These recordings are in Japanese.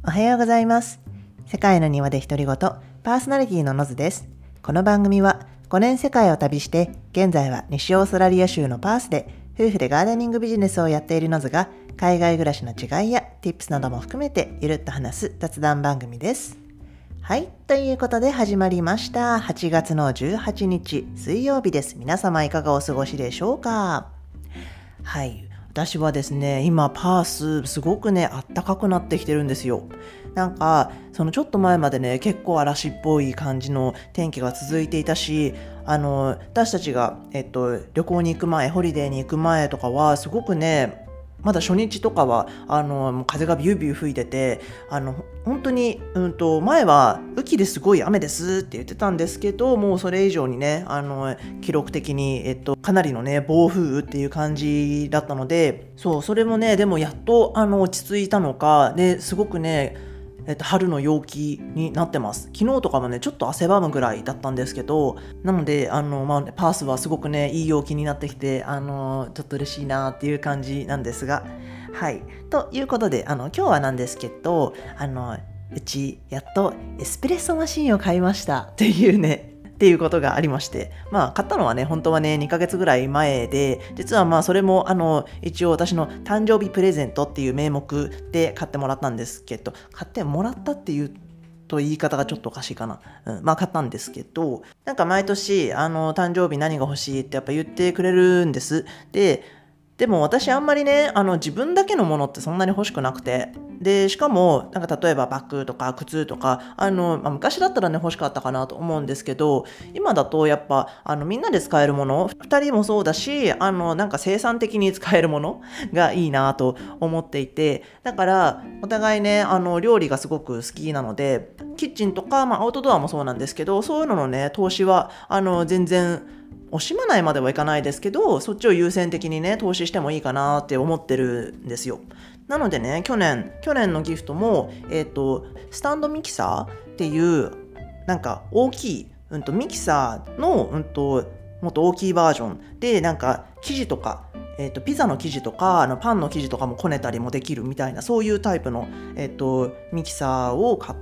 おはようございます。世界の庭で独り言、パーソナリティのノズです。この番組は5年世界を旅して、現在は西オーストラリア州のパースで夫婦でガーデニングビジネスをやっているノズが、海外暮らしの違いや Tips なども含めてゆるっと話す雑談番組です。はい、ということで始まりました。8月の18日水曜日です。皆様いかがお過ごしでしょうか？はい。私はですね、今パースすごくね、あったかくなってきてるんですよ。なんか、そのちょっと前までね、結構嵐っぽい感じの天気が続いていたし、私たちが、旅行に行く前、ホリデーに行く前とかは、すごくね、まだ初日とかはもう風がビュービュー吹いてて、本当に、前は雨季ですごい雨ですって言ってたんですけど、もうそれ以上にね、記録的に、かなりのね暴風雨っていう感じだったので、それもね、でもやっと落ち着いたのかですごくね、春の陽気になってます。昨日とかもねちょっと汗ばむぐらいだったんですけど、なのでパースはすごくねいい陽気になってきて、ちょっと嬉しいなっていう感じなんですが、はいということで今日はなんですけど、うちやっとエスプレッソマシンを買いましたっていうねっていうことがありまして、買ったのはね本当はね2ヶ月ぐらい前で、実はそれも一応私の誕生日プレゼントっていう名目で買ってもらったんですけど、買ってもらったっていうと言い方がちょっとおかしいかな、買ったんですけど、なんか毎年誕生日何が欲しいってやっぱ言ってくれるんです。でも私あんまりね自分だけのものってそんなに欲しくなくて、でしかもなんか例えばバッグとか靴とか昔だったらね欲しかったかなと思うんですけど、今だとやっぱみんなで使えるもの、2人もそうだしなんか生産的に使えるものがいいなと思っていて、だからお互いね料理がすごく好きなので、キッチンとか、アウトドアもそうなんですけど、そういうののね投資は全然惜しまないまではいかないですけど、そっちを優先的にね投資してもいいかなって思ってるんですよ。なのでね、去年のギフトもスタンドミキサーっていうなんか大きい、ミキサーの、もっと大きいバージョンで、なんか生地とかピザの生地とかパンの生地とかもこねたりもできるみたいな、そういうタイプの、ミキサーを買って、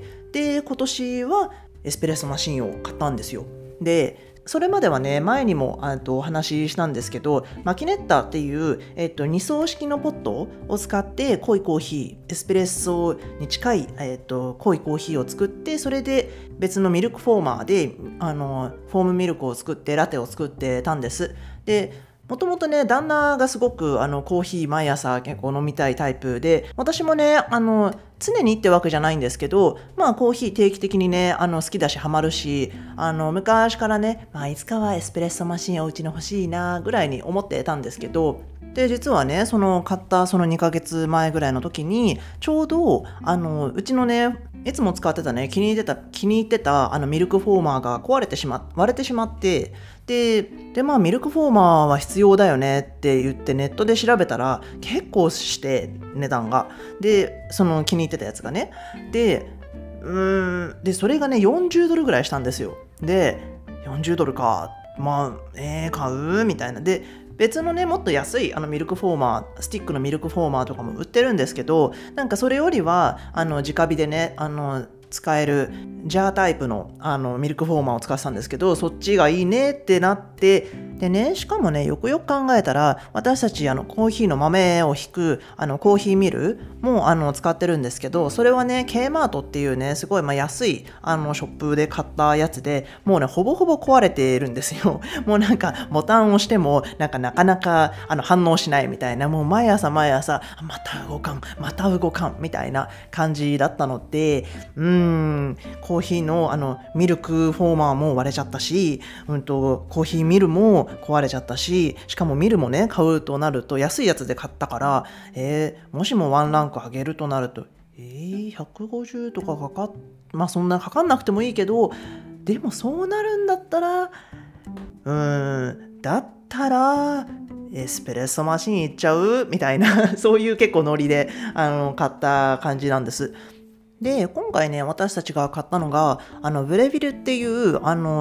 で今年はエスプレッソマシンを買ったんですよ。でそれまではね前にもお話ししたんですけど、マキネッタっていう、2層式のポットを使って濃いコーヒー、エスプレッソに近い、濃いコーヒーを作って、それで別のミルクフォーマーでフォームミルクを作ってラテを作ってたんです。でもともとね旦那がすごくコーヒー毎朝結構飲みたいタイプで、私もね常にってわけじゃないんですけど、コーヒー定期的にね好きだしハマるし、昔からね、いつかはエスプレッソマシンお家に欲しいなぐらいに思ってたんですけど、で実はね買ったその2ヶ月前ぐらいの時にちょうどうちのねいつも使ってたね気に入ってたミルクフォーマーが割れてしまって、でミルクフォーマーは必要だよねって言ってネットで調べたら結構して値段が、でその気に入ってたやつがね、でそれがね$40ぐらいしたんですよ。で$40か、買うみたいな。で別のねもっと安いミルクフォーマー、スティックのミルクフォーマーとかも売ってるんですけど、なんかそれよりは直火でね使えるジャータイプのミルクフォーマーを使ってたんですけど、そっちがいいねってなって、でねしかもねよくよく考えたら、私たちコーヒーの豆をひくコーヒーミルも使ってるんですけど、それはね K マートっていうねすごい安いショップで買ったやつで、もうねほぼほぼ壊れてるんですよ。もうなんかボタンを押してもなかなか反応しないみたいな、もう毎朝また動かんみたいな感じだったので、コーヒーのミルクフォーマーも割れちゃったし、コーヒーミルも壊れちゃったし、しかもミルもね買うとなると安いやつで買ったから、もしもワンランク上げるとなると150とかそんなかかんなくてもいいけど、でもそうなるんだったらエスプレッソマシンいっちゃうみたいなそういう結構ノリで買った感じなんです。で今回ね私たちが買ったのがブレビルっていう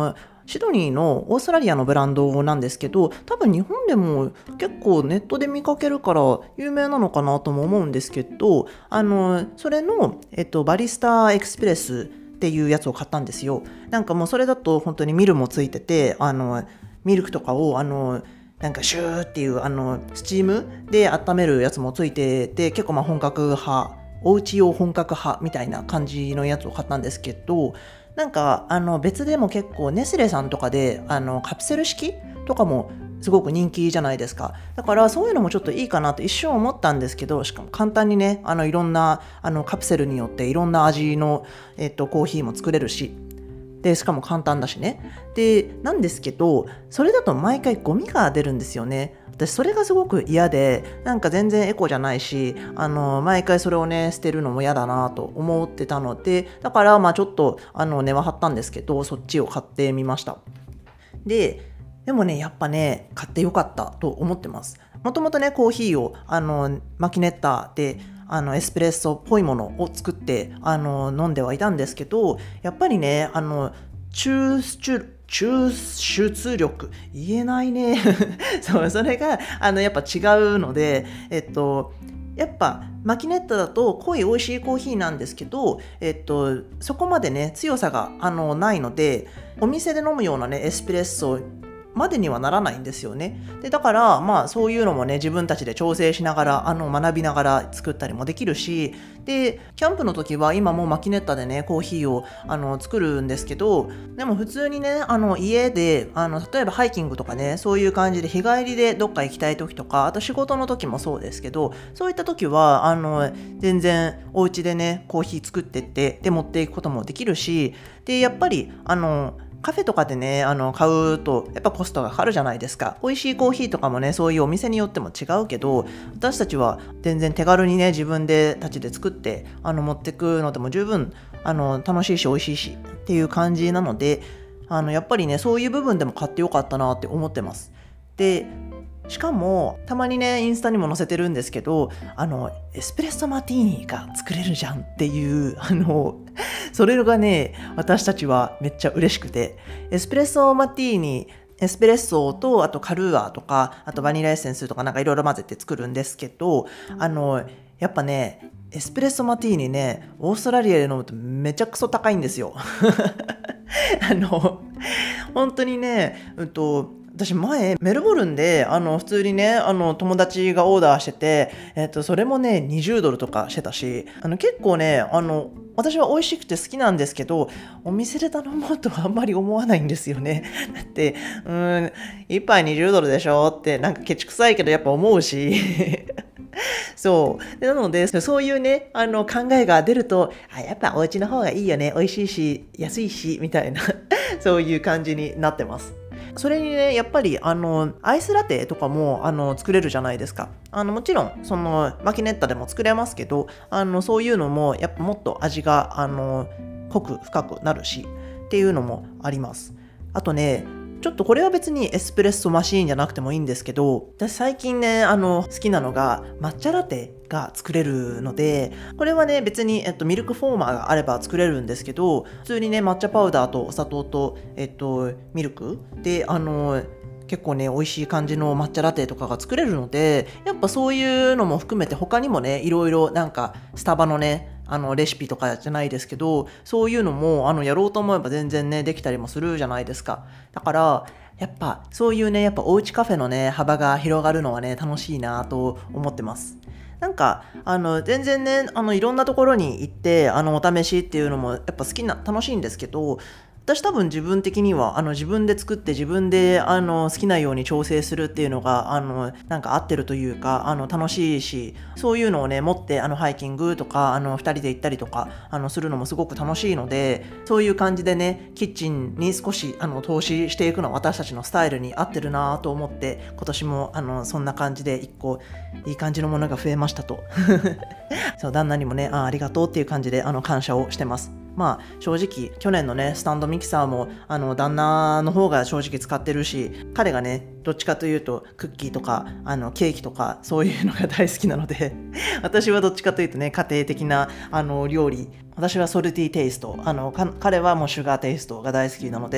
シドニーのオーストラリアのブランドなんですけど、多分日本でも結構ネットで見かけるから有名なのかなとも思うんですけど、それの、バリスタエクスプレスっていうやつを買ったんですよ。なんかもうそれだと本当にミルもついてて、ミルクとかをなんかシューっていうスチームで温めるやつもついてて、結構まあ本格派、おうち用本格派みたいな感じのやつを買ったんですけど、なんか別でも結構ネスレさんとかでカプセル式とかもすごく人気じゃないですか。だからそういうのもちょっといいかなと一瞬思ったんですけど、しかも簡単にねいろんなカプセルによっていろんな味の、コーヒーも作れるし、でしかも簡単だしね。でなんですけど、それだと毎回ゴミが出るんですよね。私それがすごく嫌で、なんか全然エコじゃないし、毎回それをね捨てるのも嫌だなと思ってたので、だからまあちょっと値は張ったんですけど、そっちを買ってみました。でもね、やっぱね買ってよかったと思ってます。もともとねコーヒーをマキネッタでエスプレッソっぽいものを作って飲んではいたんですけど、やっぱりね抽出力言えないねそうそれがやっぱ違うので、やっぱマキネッタだと濃い美味しいコーヒーなんですけど、そこまでね強さがないので、お店で飲むようなねエスプレッソまでにはならないんですよね。でだからまあそういうのもね自分たちで調整しながら学びながら作ったりもできるし、でキャンプの時は今もうマキネッタでねコーヒーを作るんですけど、でも普通にね家で例えばハイキングとかね、そういう感じで日帰りでどっか行きたい時とか、あと仕事の時もそうですけど、そういった時は全然お家でねコーヒー作ってってで持っていくこともできるし、でやっぱりカフェとかでね買うとやっぱコストがかかるじゃないですか。美味しいコーヒーとかもねそういうお店によっても違うけど、私たちは全然手軽にね自分たちで作って持ってくのでも十分楽しいし美味しいしっていう感じなので、やっぱりねそういう部分でも買ってよかったなって思ってます。でしかもたまにねインスタにも載せてるんですけど、エスプレッソマティーニが作れるじゃんっていうそれがね私たちはめっちゃ嬉しくて、エスプレッソマティーニ、エスプレッソとあとカルーアとかあとバニラエッセンスとかなんかいろいろ混ぜて作るんですけど、やっぱねエスプレッソマティーニねオーストラリアで飲むとめちゃくそ高いんですよ本当にね私前メルボルンで普通にね友達がオーダーしてて、それもね20ドルとかしてたし、結構ね私は美味しくて好きなんですけど、お店で頼もうとはあんまり思わないんですよね。だって一杯20ドルでしょってなんかケチくさいけどやっぱ思うしそうなのでそういうね考えが出ると、やっぱお家の方がいいよね、美味しいし安いしみたいなそういう感じになってます。それにねやっぱりアイスラテとかも作れるじゃないですか。もちろんそのマキネッタでも作れますけど、そういうのもやっぱもっと味が濃く深くなるしっていうのもあります。あとねちょっとこれは別にエスプレッソマシーンじゃなくてもいいんですけど、私最近ね好きなのが抹茶ラテが作れるので、これはね別に、ミルクフォーマーがあれば作れるんですけど、普通にね抹茶パウダーとお砂糖と、ミルクで結構ね美味しい感じの抹茶ラテとかが作れるので、やっぱそういうのも含めて他にもねいろいろなんかスタバのねレシピとかじゃないですけど、そういうのもやろうと思えば全然ねできたりもするじゃないですか。だからやっぱそういうねやっぱおうちカフェのね幅が広がるのはね楽しいなと思ってます。なんか全然ねいろんなところに行ってお試しっていうのもやっぱ楽しいんですけど、私多分自分的には自分で作って自分で好きなように調整するっていうのがなんか合ってるというか楽しいし、そういうのをね持ってハイキングとか2人で行ったりとかするのもすごく楽しいので、そういう感じでねキッチンに少し投資していくのは私たちのスタイルに合ってるなと思って、今年もそんな感じで一個いい感じのものが増えましたとそう旦那にもねありがとうっていう感じで感謝をしてます。まあ正直去年のねスタンドミキサーも旦那の方が正直使ってるし、彼がねどっちかというとクッキーとかケーキとかそういうのが大好きなので私はどっちかというとね家庭的な料理、私はソルティーテイスト、彼はもうシュガーテイストが大好きなので、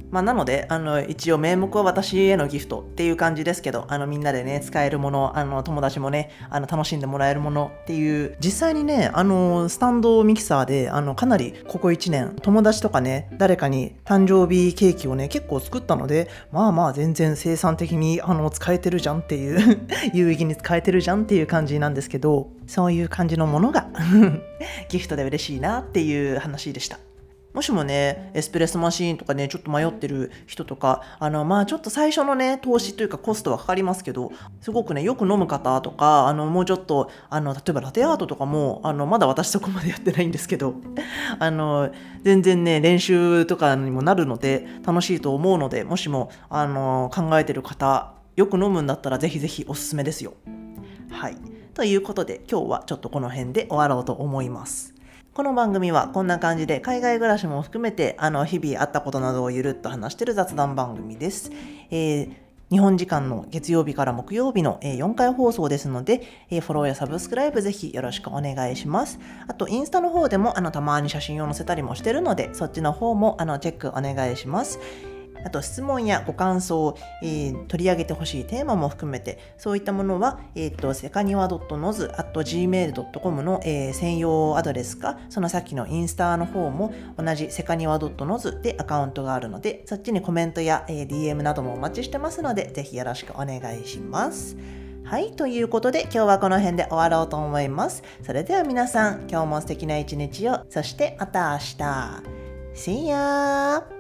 なので、一応名目は私へのギフトっていう感じですけど、みんなでね、使えるもの、友達もね、楽しんでもらえるものっていう、実際にね、スタンドミキサーで、かなりここ1年、友達とかね、誰かに誕生日ケーキをね、結構作ったので、全然生産的に、使えてるじゃんっていう有意義に使えてるじゃんっていう感じなんですけど、そういう感じのものがギフトで嬉しいなっていう話でした。もしもね、エスプレッソマシーンとかね、ちょっと迷ってる人とか、ちょっと最初のね、投資というかコストはかかりますけど、すごくね、よく飲む方とか、もうちょっと、例えばラテアートとかも、まだ私そこまでやってないんですけど、全然ね、練習とかにもなるので、楽しいと思うので、もしも、考えてる方、よく飲むんだったらぜひぜひおすすめですよ。はい。ということで、今日はちょっとこの辺で終わろうと思います。この番組はこんな感じで海外暮らしも含めて日々あったことなどをゆるっと話している雑談番組です。日本時間の月曜日から木曜日の4回放送ですので、フォローやサブスクライブぜひよろしくお願いします。あとインスタの方でもたまに写真を載せたりもしてるので、そっちの方もチェックお願いします。あと質問やご感想、取り上げてほしいテーマも含めて、そういったものは、せかにわ .noz@gmail.com の、専用アドレスか、そのさっきのインスタの方も同じせかにわ .noz でアカウントがあるので、そっちにコメントや、DM などもお待ちしてますので、ぜひよろしくお願いします。はい、ということで今日はこの辺で終わろうと思います。それでは皆さん、今日も素敵な一日を、そしてまた明日。See ya!